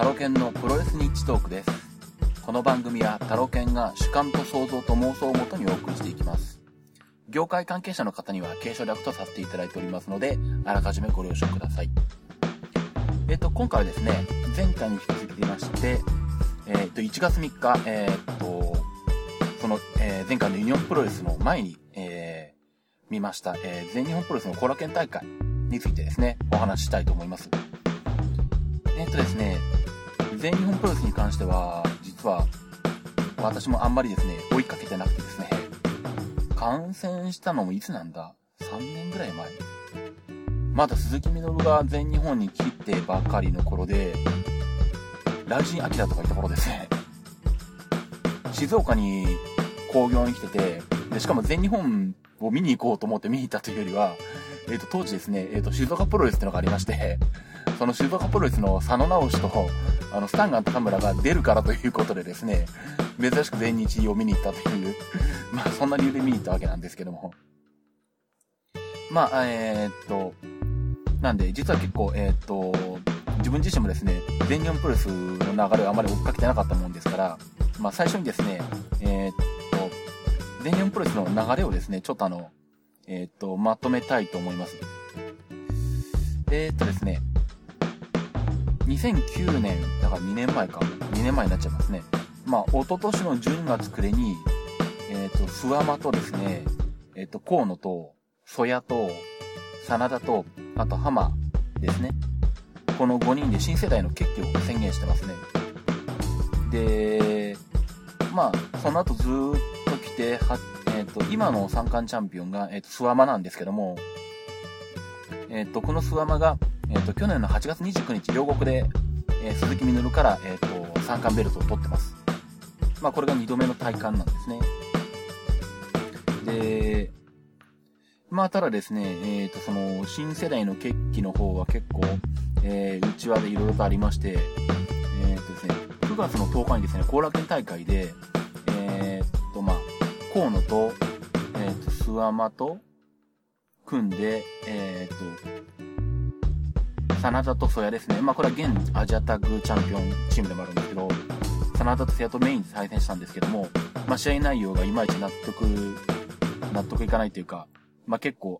タロケンのプロレスニッチトークです。この番組はタロケンが主観と想像と妄想をもとにお送りしていきます。業界関係者の方には継承略とさせていただいておりますので、あらかじめご了承ください。今回はですね、前回に引き続きまして、1月3日、その、前回のユニオンプロレスの前に、見ました、全日本プロレスの後楽園大会についてですね、お話ししたいと思います。ですね、全日本プロレスに関しては、実は、私もあんまりですね、追いかけてなくてですね、観戦したのもいつなんだ ?3 年ぐらい前。まだ鈴木みのるが全日本に来てばかりの頃で、雷神アキラとかいた頃ですね。静岡に興行に来てて、でしかも全日本を見に行こうと思って見に行ったというよりは、当時ですね、静岡プロレスってのがありまして、その静岡プロレスの佐野直しと、スタンガン高村が出るからということでですね、珍しく全日を見に行ったという、まあそんな理由で見に行ったわけなんですけども。まあ、なんで、実は結構、自分自身もですね、全日本プロレスの流れをあまり追っかけてなかったもんですから、まあ最初にですね、全日本プロレスの流れをですね、ちょっとまとめたいと思います。ですね、2009年、だから2年前か。2年前になっちゃいますね。まあ、一昨年の12月暮れに、諏訪間とですね、河野と、曽谷と、真田と、あと浜ですね。この5人で新世代の決起を宣言してますね。で、まあ、その後ずーっと来て、今の三冠チャンピオンが、諏訪間なんですけども、この諏訪間が、去年の8月29日、両国で、鈴木みのるから、三冠ベルトを取ってます。まあ、これが2度目の体感なんですね。で、まあ、ただですね、その、新世代の決起の方は結構、内輪でいろいろとありまして、ですね、9月の10日にですね、後楽園大会で、まあ、河野と、諏訪間と、組んで、真田と曽谷ですね。まあこれは現アジアタッグチャンピオンチームでもあるんですけど、真田と曽谷とメインで対戦したんですけども、まあ試合内容がいまいち納得いかないというか、まあ結構、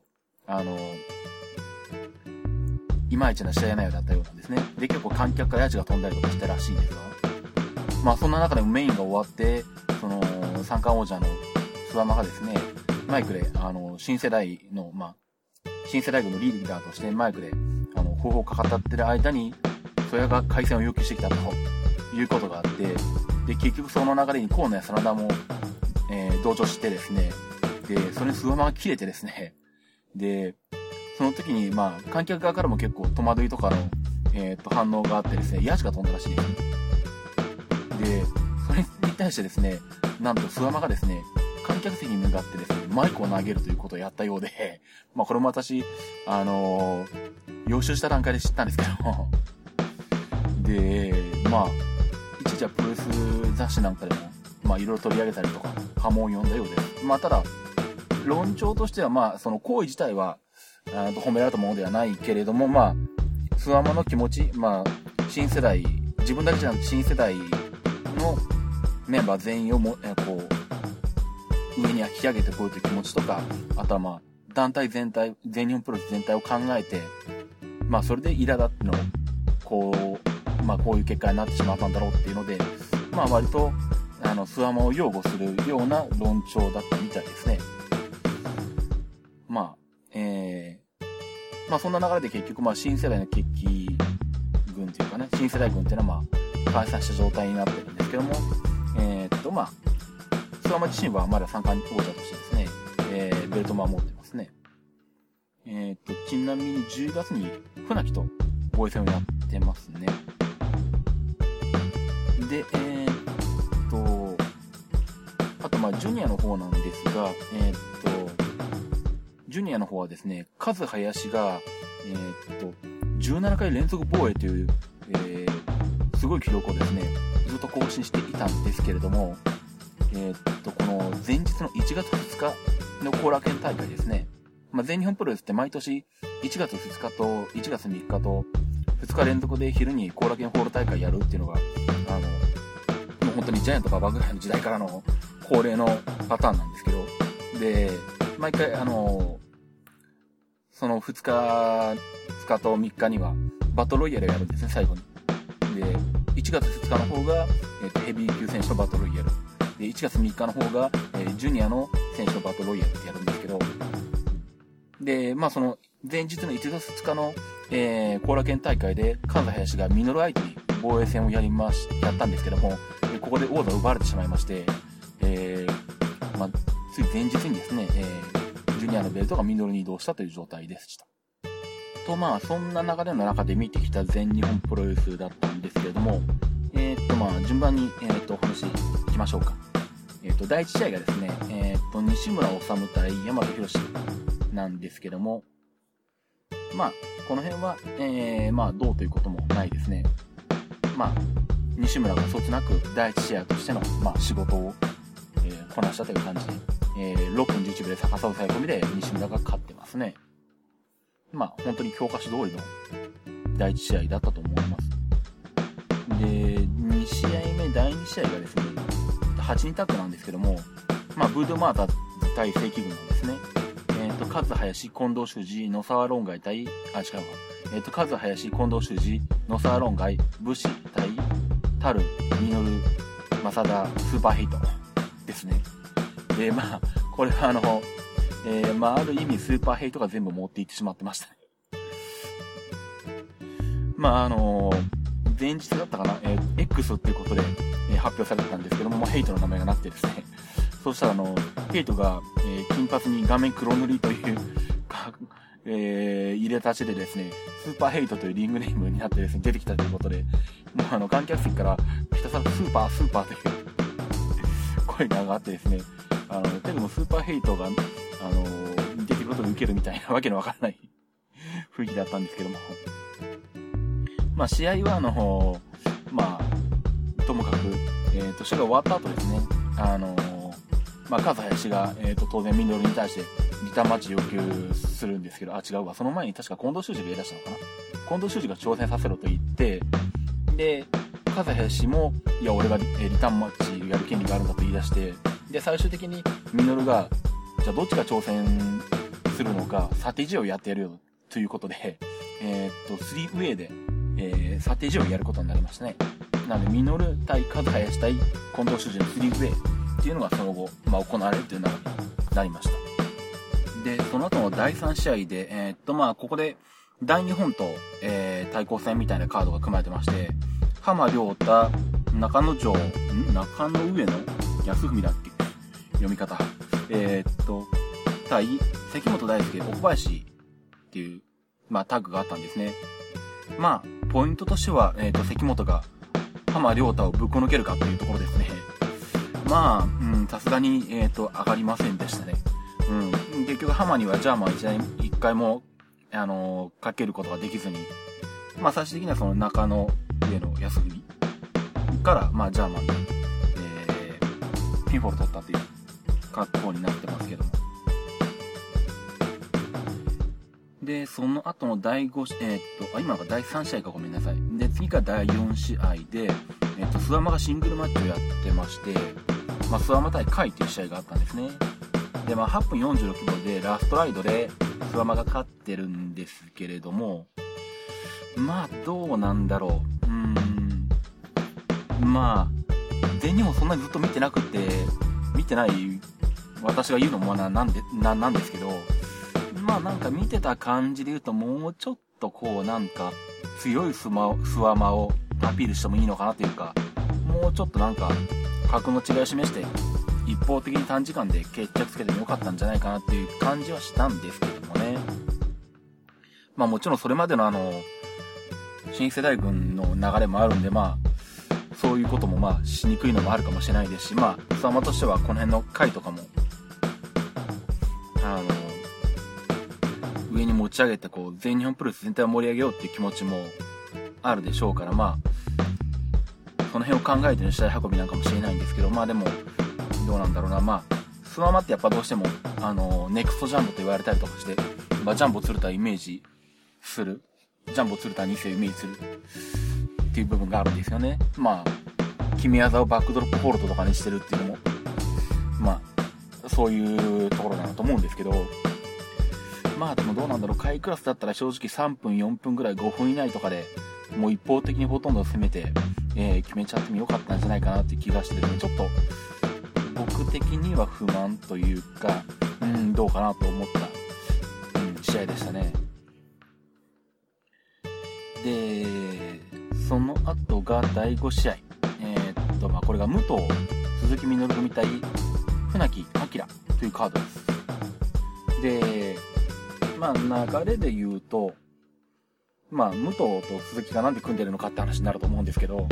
いまいちな試合内容だったようなんですね。で、結構観客からヤジが飛んだりとかしたらしいんですが、まあそんな中でもメインが終わって、その、三冠王者の諏訪間がですね、マイクで、新世代の、まあ、新世代軍のリーダーとしてマイクで、方法をかかってる間に、それが開戦を要求してきたということがあって、で、結局その流れに河野や真田も、同調してですね、で、それに諏訪間が切れてですね、で、その時に、まあ、観客側からも結構戸惑いとかの、反応があってですね、ヤジが飛んだらしいです。で、それに対してですね、なんと諏訪間がですね、観客席に向かってですね、マイクを投げるということをやったようで、まあこれも私、予習した段階で知ったんですけども、で、まあ、一時はプロレス雑誌なんかでも、まあいろいろ取り上げたりとか、波紋を呼んだようです。まあただ、論調としてはまあ、その行為自体は、褒められたものではないけれども、まあ、諏訪間の気持ち、まあ、新世代、自分だけじゃなくて新世代のメンバー全員をこう、上に引き上げてこうという気持ちとか、あとはまあ、団体全体、全日本プロレス全体を考えて、まあそれで苛立っての、こう、まあこういう結果になってしまったんだろうっていうので、まあ割と、諏訪間を擁護するような論調だったみたいですね。まあ、まあそんな流れで結局まあ新世代の決起軍というかね、新世代軍っていうのはまあ、解散した状態になってるんですけども、まあ、諏訪間自身はまだ三冠王者としてですね、ベルトも持ってますね。ちなみに10月に船木と防衛戦をやってますね。で、あとまあジュニアの方なんですが、ジュニアの方はですね、カズ林が、17回連続防衛という、すごい記録をですね、ずっと更新していたんですけれども、この前日の1月2日の後楽園大会ですね。まあ、全日本プロレスって毎年1月2日と1月3日と 2日連続で昼に後楽園ホール大会やるっていうのが、もう本当にジャイアント馬場ぐらいの時代からの恒例のパターンなんですけど、で、毎回その2日と3日にはバトルロイヤルをやるんですね、最後に。で、1月2日の方が、ヘビー級選手のバトルロイヤル。で、1月3日の方が、ジュニアの選手のバトルロイヤルってやるんですけど、で、その前日の1月2日の、後楽園大会で関西林がミノル相手に防衛戦をやったんですけども、ここで王座を奪われてしまいまして、つい前日にですね、ジュニアのベルトがミノルに移動したという状態でした。と、そんな流れの中で見てきた全日本プロレスだったんですけれども、順番に、お話しいきましょうか。第1試合がですね、西村治対大和宏なんですけども、この辺は、どうということもないですね。西村がそつなく第1試合としての、仕事を、こなしたという感じで、6分11秒で逆さ抑え込みで西村が勝ってますね。本当に教科書通りの第1試合だったと思います。で、2試合目、第2試合がですね、8人タッグなんですけども、ブードゥマーザ対正規軍なんですね。勝林、近藤修二、野沢論外対、勝林、近藤修二、野沢論外、武士対、タル、ミノル、正田、スーパーヘイトですね。で、これはある意味スーパーヘイトが全部持っていってしまってましたね。前日だったかな、X っていうことで、発表されてたんですけども、ヘイトの名前がなってですね、そうしたらヘイトが、金髪に画面黒塗りという入れたちでですね、スーパーヘイトというリングネームになってですね、出てきたということで、もう観客席からひたすらスーパーという声が上がってですね、でもスーパーヘイトが、出てくることで受けるみたいなわけのわからない雰囲気だったんですけども、試合はともかく、試合が終わった後ですね、笠林が、当然ミノルに対してリターンマッチ要求するんですけど、違うわ、その前に確か近藤修二が言い出したのかな。近藤修二が挑戦させろと言って、で、笠林も、いや、俺がリターンマッチやる権利があるんだと言い出して、で、最終的にミノルが、じゃあどっちが挑戦するのか、査定試合をやってやるよ、ということで、3ウェイで、査定試合をやることになりましたね。なので、ミノル対笠林対近藤修二の3ウェイっていうのがその後、行われるという流れになりました。で、その後の第3試合で、ここで大日本と、対抗戦みたいなカードが組まれてまして、浜良太、中野上野康文だっけ読み方。対関本大輔、奥林っていう、タッグがあったんですね。ポイントとしては、関本が浜良太をぶっこ抜けるかというところですね。さすがに、上がりませんでしたね。結局浜にはジャーマン一回も、かけることができずに、最終的にはその中野上野康文から、ジャーマンで、ピンフォール取ったという格好になってますけども。で、その後の第5、今が第3試合かごめんなさい。で、次が第4試合で、スワマがシングルマッチをやってまして、スワマ対カイという試合があったんですね。で、8分46秒でラストライドでスワマが勝ってるんですけれども、どうなんだろう。全日本そんなにずっと見てなくて、見てない私が言うのもなんですけど、なんか見てた感じで言うと、もうちょっと強いスワマをアピールしてもいいのかなというか、もうちょっと格の違いを示して一方的に短時間で決着つけてもよかったんじゃないかなっていう感じはしたんですけどもね。もちろんそれまでの新世代軍の流れもあるんで、そういうこともしにくいのもあるかもしれないですし、スワマとしてはこの辺の回とかも上に持ち上げて全日本プロレス全体を盛り上げようっていう気持ちもあるでしょうから、その辺を考えての試合運びなんかもしれないんですけど、でもどうなんだろうな。スワマってやっぱどうしてもネクストジャンボと言われたりとかして、ジャンボ鶴田イメージするジャンボ鶴田2世をイメージするっていう部分があるんですよね。まあ決め技をバックドロップホールドとかにしてるっていうのもまあそういうところだなと思うんですけど、まあでもどうなんだろう、下位クラスだったら正直3分4分ぐらい5分以内とかでもう一方的にほとんど攻めて、決めちゃってもよかったんじゃないかなっていう気がしてですね、ちょっと僕的には不満というか、どうかなと思った、試合でしたね。で、その後が第5試合。まあこれが武藤、鈴木みのる組対船木明というカードです。で、まあ流れで言うと、まあ武藤と鈴木がなんで組んでるのかって話になると思うんですけど、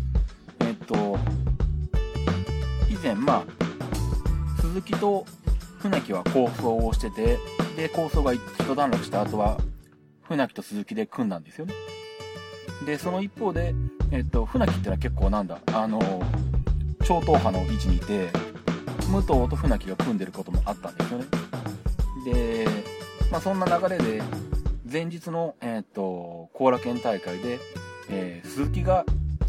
以前まあ鈴木と船木は構想をしてて、で構想が一段落した後は船木と鈴木で組んだんですよね。でその一方で船木ってのは結構超党派の位置にいて、武藤と船木が組んでることもあったんですよね。でまあそんな流れで前日の後楽園大会で、鈴木が、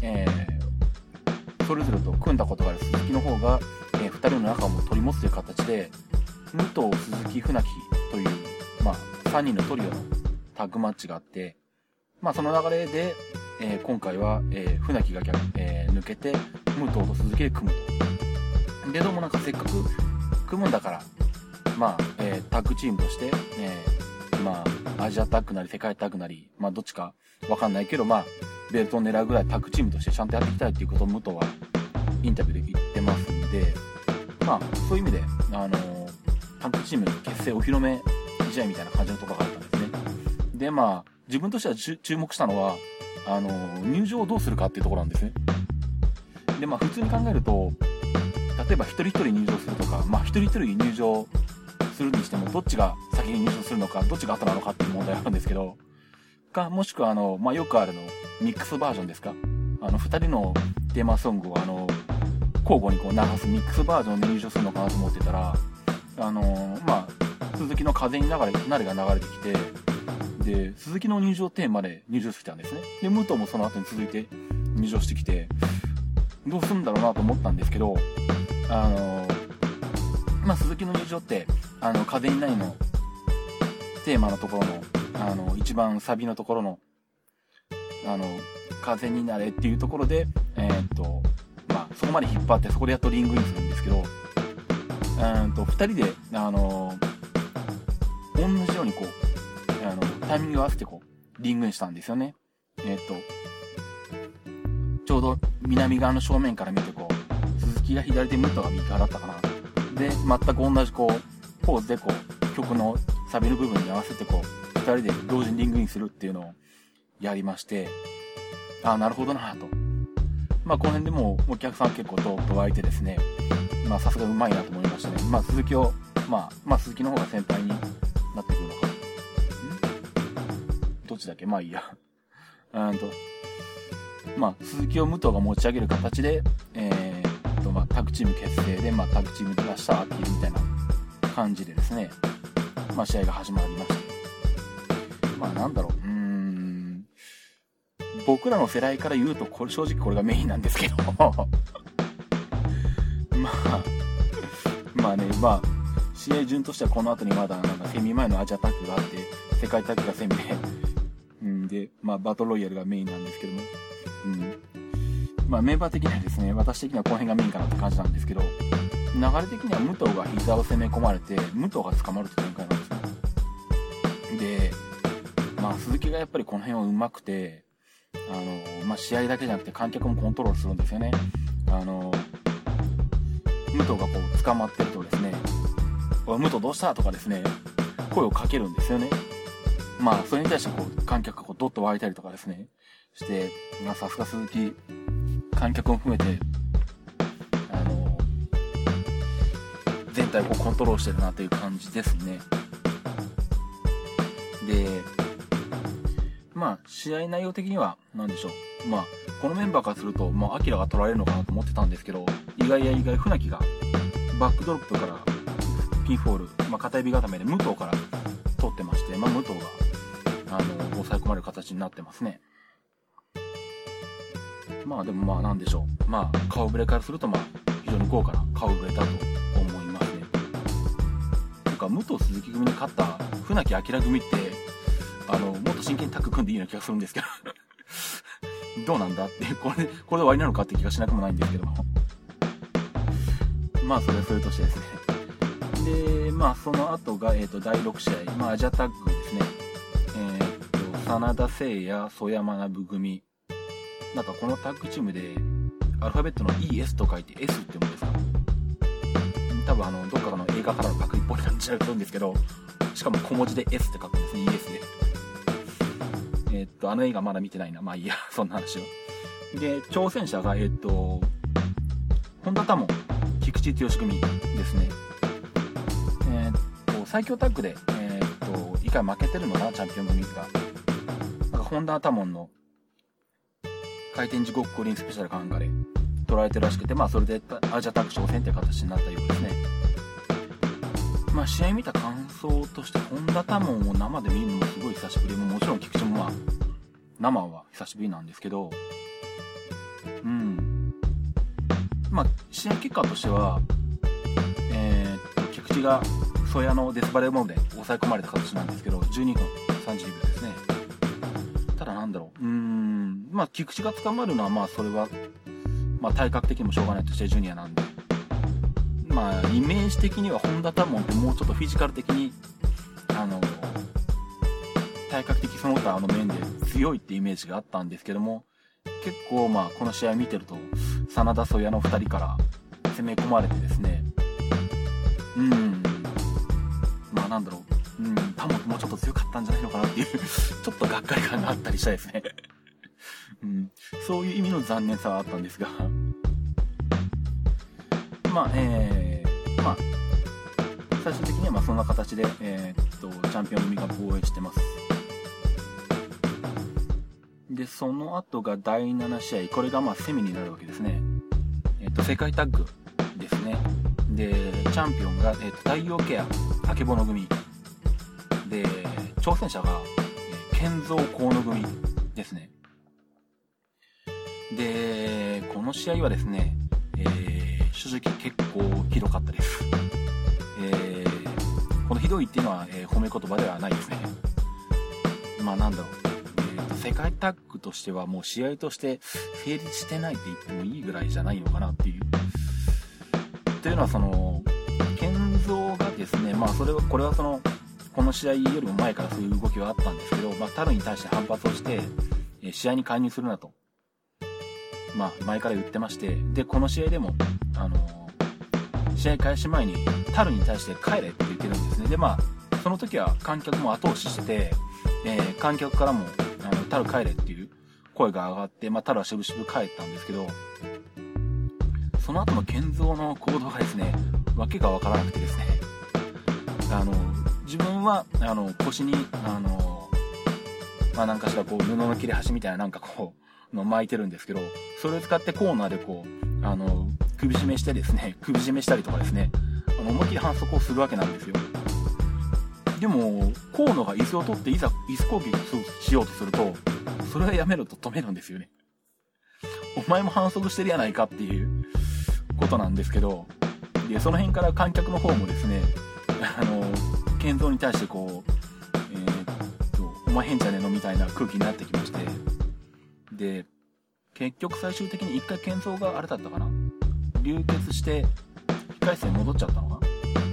それぞれと組んだことがある鈴木の方が、2人の仲も取り持つという形で武藤、鈴木、船木という、まあ、3人のトリオのタッグマッチがあって、まあ、その流れで、今回は、船木が抜けて武藤と鈴木で組むと。でどうもなんかせっかく組むんだから、まあタッグチームとして、まあアジアタッグなり世界タッグなり、まあどっちかわかんないけど、まあベルトを狙うぐらいタッグチームとしてちゃんとやっていきたいっていうことを武藤はインタビューで言ってますんで、まあそういう意味でタッグチーム結成お披露目試合みたいな感じのところがあったんですね。でまあ自分としては注目したのは入場をどうするかっていうところなんですね。でまあ普通に考えると、例えば一人一人入場するとか、まあ一人一人入場するにしてもどっちが先に入場するのかどっちが後なのかっていう問題あるんですけど、もしくはまあよくあるミックスバージョンですか、二人のテーマソングを交互にこう流すミックスバージョンで入場するのかなと思ってたら、まあ鈴木の風になれが流れてきて、で鈴木の入場テーマで入場してきたんですね。で武藤もその後に続いて入場してきて、どうするんだろうなと思ったんですけど、まあ鈴木の入場って風になりのテーマのところの一番サビのところの風になれっていうところでまあそこまで引っ張ってそこでやっとリングインするんですけど、2人で同じようにこうタイミングを合わせてこうリングインしたんですよね。ちょうど南側の正面から見てこう鈴木が左手、武藤が右側だったかな。で全く同じこうポーズでこう曲のサビの部分に合わせてこう2人で同時にリングインするっていうのをやりまして、なるほどなと。まあこの辺でもうお客さん結構と沸いてですね、まあさすがうまいなと思いましたね。まあ鈴木をまあ鈴木の方が先輩になってくるのかどっちだっけ、まあいいやまあ鈴木を武藤が持ち上げる形でまあタッグチーム結成で、まあタッグチームで出したっていうみたいな感じでですね、まあ試合が始まりまして、まあなんだろう、僕らの世代から言うと正直これがメインなんですけどまあね、まあ試合順としてはこの後にまだなんかセミ前のアジアタッグがあって、世界タッグがセミで、まあバトルロイヤルがメインなんですけども、まあメンバー的にはですね、私的にはこの辺がメインかなって感じなんですけど、流れ的には武藤が膝を攻め込まれて武藤が捕まるって展開なんですね。でまあ鈴木がやっぱりこの辺は上手くて、まあ試合だけじゃなくて観客もコントロールするんですよね。武藤がこう捕まってるとですね、おい武藤どうしたとかですね、声をかけるんですよね。まあそれに対してこう観客がこうドッと湧いたりとかですねして、まあさすが鈴木、観客も含めて全体をこうコントロールしてるなという感じですね。でまあ試合内容的には何でしょう、まあこのメンバーからするとまあアキラが取られるのかなと思ってたんですけど、意外船木がバックドロップからピンフォール、まあ、片指固めで武藤から取ってまして、まあ、武藤が抑え込まれる形になってますね。まあでもまあなんでしょう。まあ顔ぶれからするとまあ非常に豪華な顔ぶれだと思いますね。というか武藤鈴木組に勝った船木明組ってもっと真剣にタッグ組んでいいような気がするんですけどどうなんだってこれで終わりなのかって気がしなくもないんですけどもまあそれはそれとしてですね。でまあその後が、第6試合、まあ、アジアタッグですね。真田誠也曽山学組、なんかこのタッグチームでアルファベットの ES と書いて S って読むんですか。多分どっかの映画からのパクリっぽい感じだと思うんですけど、しかも小文字で S って書くんですね。 ES で。あの映画まだ見てないな。まあいいや、そんな話を。で挑戦者が本田多門菊池剛組ですね。最強タッグで一回負けてるのかな、チャンピオン組が。なんか本田多門の回転地獄五輪スペシャルかなんかで捉えてるらしくて、まあそれでアジアタッグ挑戦っていう形になったようですね。まあ試合見た感想として本田多門を生で見るのもすごい久しぶり。もちろん菊池もまあ生は久しぶりなんですけど、まあ試合結果としては菊池がソヤのデスバレーモードで抑え込まれた形なんですけど、12分32秒ですね。ただなんだろう、まあ菊池が捕まるのはまあそれはまあ体格的にもしょうがないとしてジュニアなんで、まあイメージ的には本田多門ってもうちょっとフィジカル的に体格的その他の面で強いってイメージがあったんですけども、結構まあこの試合見てると真田ソヤの2人から攻め込まれてですね、まあなんだろう、多門もうちょっと強かったんじゃないのかなっていうちょっとがっかり感があったりしたですねそういう意味の残念さはあったんですがまあまあ最終的にはまあそんな形でチャンピオン組が防衛してます。でその後が第7試合、これがまあセミになるわけですね。世界タッグですね。でチャンピオンが、太陽ケアあけぼの組で、挑戦者が、健三河野組ですね。でこの試合はですね、正直結構ひどかったです。このひどいっていうのは、褒め言葉ではないですね。まあなんだろう、世界タッグとしてはもう試合として成立してないって言ってもいいぐらいじゃないのかなっていう。というのはその健三がですね、まあこれはこの試合よりも前からそういう動きはあったんですけど、まあタルに対して反発をして、試合に介入するなと、まあ前から言ってまして、でこの試合でも試合開始前にタルに対して帰れって言ってるんですね。でまあその時は観客も後押ししてて、観客からもタル帰れっていう声が上がって、まあタルはしぶしぶ帰ったんですけど、その後の健三の行動がですね、わけがわからなくてですね、自分は腰にまあなんかしらこう布の切れ端みたいななんかこうの巻いてるんですけど、それを使ってコーナーでこう首絞めしてですね、首絞めしたりとかですね、思いっきり反則をするわけなんですよ。でも河野が椅子を取っていざ椅子攻撃しようとすると、それはやめろと止めるんですよね。お前も反則してるやないかっていうことなんですけど、でその辺から観客の方もですね、健三に対してこうお前変じゃねえのみたいな空気になってきまして、で結局最終的に一回健三があれだったかな、流血して1回戦戻っちゃったのかな。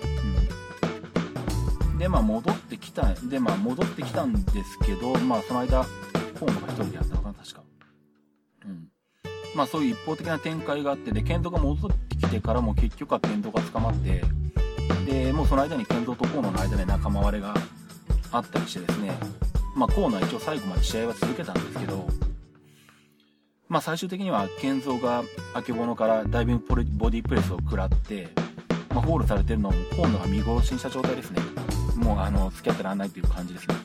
でまあ戻ってきたんですけど、まあその間河野が一人でやったのかな確か。まあそういう一方的な展開があって、で健三が戻ってきてからも結局は健三が捕まって、でもうその間に健三と河野の間で仲間割れがあったりしてですね、まあ河野は一応最後まで試合は続けたんですけど、まあ最終的には健三があけぼのからダイビングボディプレスを食らって、まあホールされてるのを河野が見殺しにした状態ですね。もう付き合ってらんないっていう感じですね。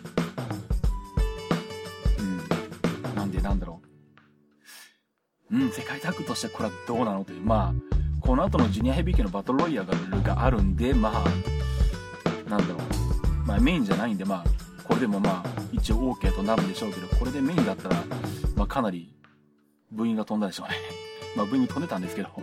なんでなんだろう、世界タッグとしてこれはどうなのという、まあこの後のジュニアヘビー級のバトルロイヤルがあるんで、まあなんだろう、まあメインじゃないんで、まあこれでもまあ一応 OK となるんでしょうけど、これでメインだったらまあかなり部員が飛んだでしょうね。まあ部員飛んでたんですけど、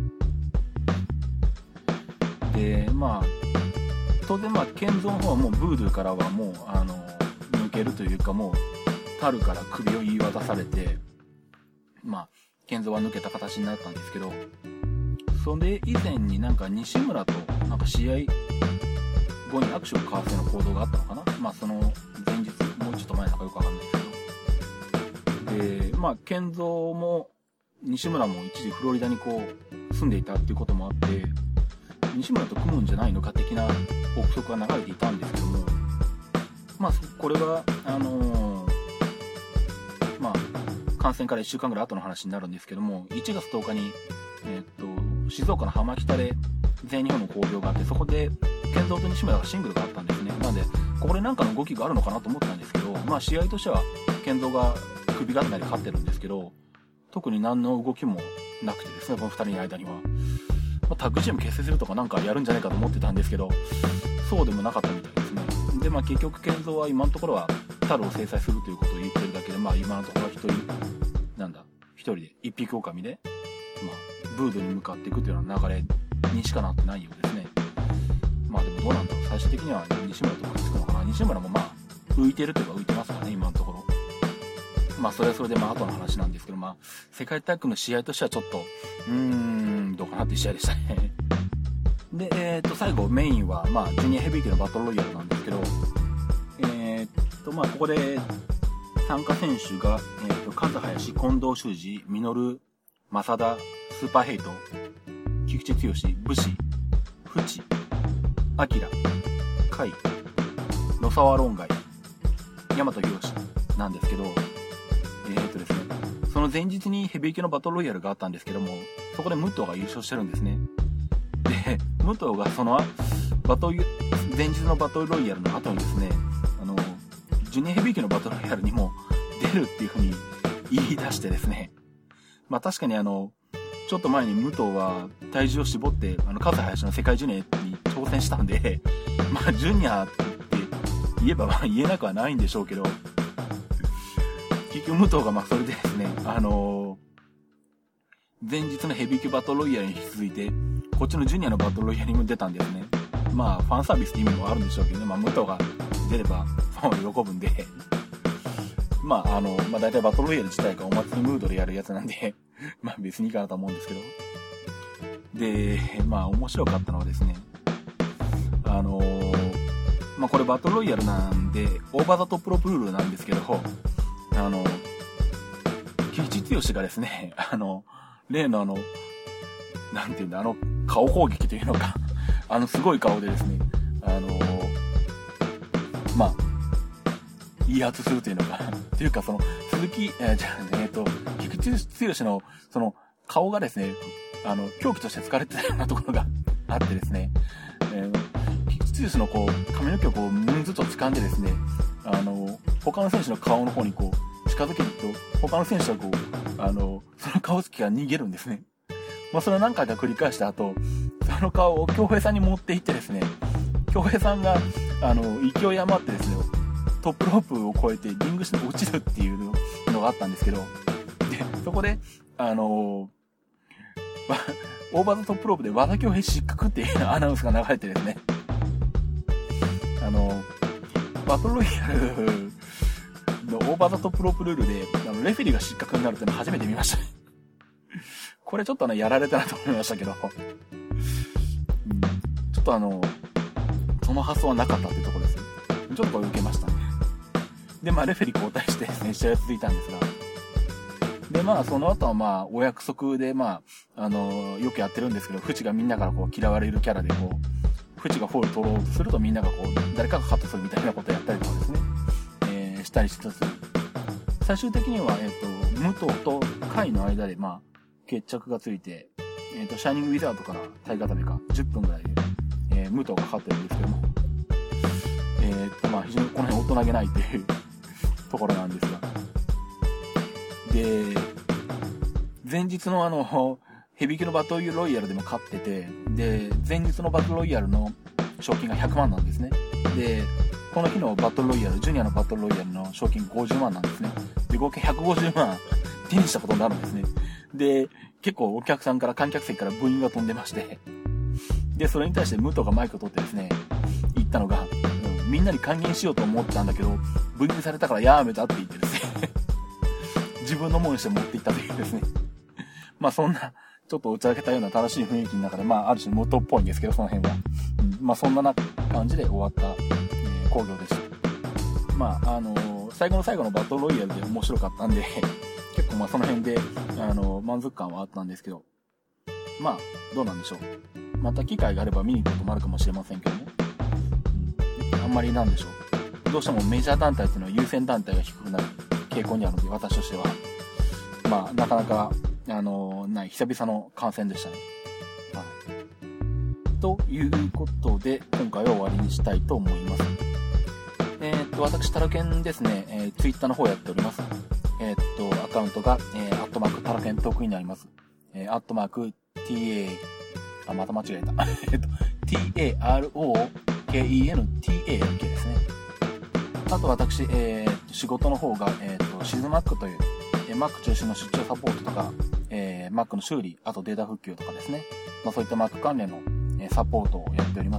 でまあ当然まあケンゾーの方はもうブードゥーからはもう抜けるというか、もうタルから首を言い渡されて、まあケンゾーは抜けた形になったんですけど、それ以前になんか西村となんか試合後に握手を交わすような行動があったのかな。まあその前日、もうちょっと前なのかよくわかんないですけど、でまあケンゾーも西村も一時フロリダにこう住んでいたっていうこともあって、西村と組むんじゃないのか的な憶測が流れていたんですけども、まあこれはまあ感染から1週間ぐらい後の話になるんですけども、1月10日に静岡の浜北で全日本の興行があって、そこでケンゾーと西村がシングルがあったんですね。なんでここでなんかの動きがあるのかなと思ってたんですけど、まあ試合としてはケンゾーが首固めで勝ってるんですけど、特に何の動きもなくてですね、この2人の間には、まあ、タッグチーム結成するとかなんかやるんじゃないかと思ってたんですけど、そうでもなかったみたいですね。でまあ結局ケンゾーは今のところはタルを制裁するということを言ってるだけで、まあ今のところは一人で一匹狼で、まあブードに向かっていくというような流れにしかなってないようですね。まあでもどうなんだろう、最終的には西村とくっつくのかな。西村もまあ浮いてるといえば浮いてますからね、今のところ。まあそれはそれでまあ後の話なんですけど、まあ世界タッグの試合としてはちょっとどうかなっていう試合でしたね。で最後メインはまあジュニアヘビー級のバトルロイヤルなんですけど、まあここで参加選手が和林、近藤修二、稔、正田、スーパーヘイト、菊池剛、武士、淵、明、甲斐、野沢論外、大和博なんですけど、ですね、その前日にヘビー級のバトルロイヤルがあったんですけども、そこで武藤が優勝してるんですね。で、武藤がその前日のバトルロイヤルの後にですね、ジュニアヘビー級のバトルロイヤルにも出るっていう風に言い出してですね、まあ確かにちょっと前に武藤は体重を絞って和林の世界ジュニアに挑戦したんで、まあジュニアって言えばまあ言えなくはないんでしょうけど、結局武藤がまあそれでですね、前日のヘビー級バトルロイヤルに引き続いてこっちのジュニアのバトルロイヤルにも出たんですね。まあファンサービスって意味もあるんでしょうけどね、まあ武藤が出ればファンは喜ぶんでまあまあ大体バトルロイヤル自体がお祭りムードでやるやつなんでまあ別にいいかなと思うんですけど、でまあ面白かったのはですね、まあこれバトルロイヤルなんでオーバーザトップロープルールなんですけど、菊池剛がですね、例のなんていうんだ、顔攻撃というのかすごい顔でですね、まあ威圧するというのかっていうか、その菊池剛のその顔がですね、凶器として使われてたようなところがあってですね、菊池剛のこう髪の毛をこうムンズと掴んでですね、他の選手の顔の方にこう近づけると、他の選手はこうその顔つきが逃げるんですね。まあそれを何回か繰り返した後、その顔を京平さんに持って行ってですね、京平さんが勢い余ってですね、トップロープを越えてリング下に落ちるっていうのがあったんですけど、でそこでオーバーザトップロープで和田京平失格っていうアナウンスが流れてですね、バトルロイヤルのオーバーザトップロープルールでレフェリーが失格になるっていうのを初めて見ましたこれちょっとやられたなと思いましたけど、ちょっとその発想はなかったっていうところです。ちょっとこれ受けましたね。でまあレフェリー交代してですね、試合が続いたんですが、でまあその後はまあお約束でまあよくやってるんですけど、フチがみんなからこう嫌われるキャラでこうフチがフォール取ろうとするとみんながこう誰かがカットするみたいなことをやったりとかですね、したりしつつ、最終的には武藤と甲斐の間でまあ決着がついて、シャイニングウィザードから体固めか10分ぐらいで、武藤が勝ってるんですけども、まあ非常にこの辺大人げないっていうところなんですが、で前日のヘビー級のバトルロイヤルでも勝ってて、で前日のバトルロイヤルの賞金が100万なんですね。でこの日のバトルロイヤル、ジュニアのバトルロイヤルの賞金50万なんですね。で、合計150万手にしたことになるんですね。で、結構お客さんから、観客席からブーイングが飛んでまして、で、それに対して武藤がマイクを取ってですね、言ったのが、みんなに還元しようと思ったんだけど、ブーイングされたからやめたって言ってですね、自分のものにして持っていったというですね。まあそんな、ちょっと打ち上げたような楽しい雰囲気の中で、まあある種武藤っぽいんですけど、その辺は。まあそんな感じで終わった、興行でした。まあ最後の最後のバトルロイヤルで面白かったんで、結構まあその辺で、満足感はあったんですけど、まあ、どうなんでしょう。また機会があれば見に行くこともあるかもしれませんけどね。あんまりなんでしょう。どうしてもメジャー団体っていうのは優先団体が低くなる傾向にあるので、私としては。まあ、なかなか、久々の観戦でしたね。はい。ということで、今回は終わりにしたいと思います。私、タラケンですね、ツイッターの方やっております。アカウントが、タラケントークになります。また間違えた。TAROKENTALK ですね。あと私、仕事の方が、シズマックという、Mac 中心の出張サポートとか、Mac の修理、あとデータ復旧とかですね。まあそういった Mac 関連の、サポートをやっております。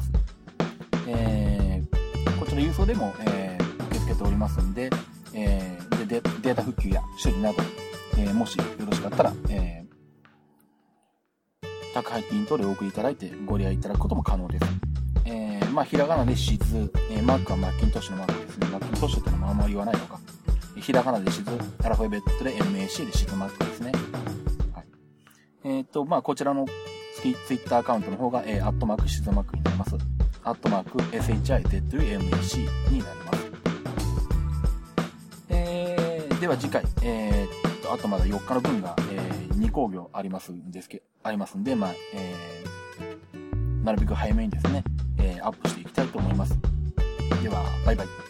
こちら郵送でも、受け付けておりますんで、データ復旧や修理など、もしよろしかったら、宅配便等でお送りいただいてご利用いただくことも可能です。まあ、ひらがなでシズ、マークはマッキントッシュのマークですね。マッキントッシュってのはあんまり言わないのか。ひらがなでシズ、アルファベットで MAC でシズマークですね。はい。まあ、こちらのツイッターアカウントの方が、シズマークになります。SHIZUMAC になります。では次回、あとまだ4日の分が、2興行ありますんで、まあ、なるべく早めにですね、アップしていきたいと思います。では、バイバイ。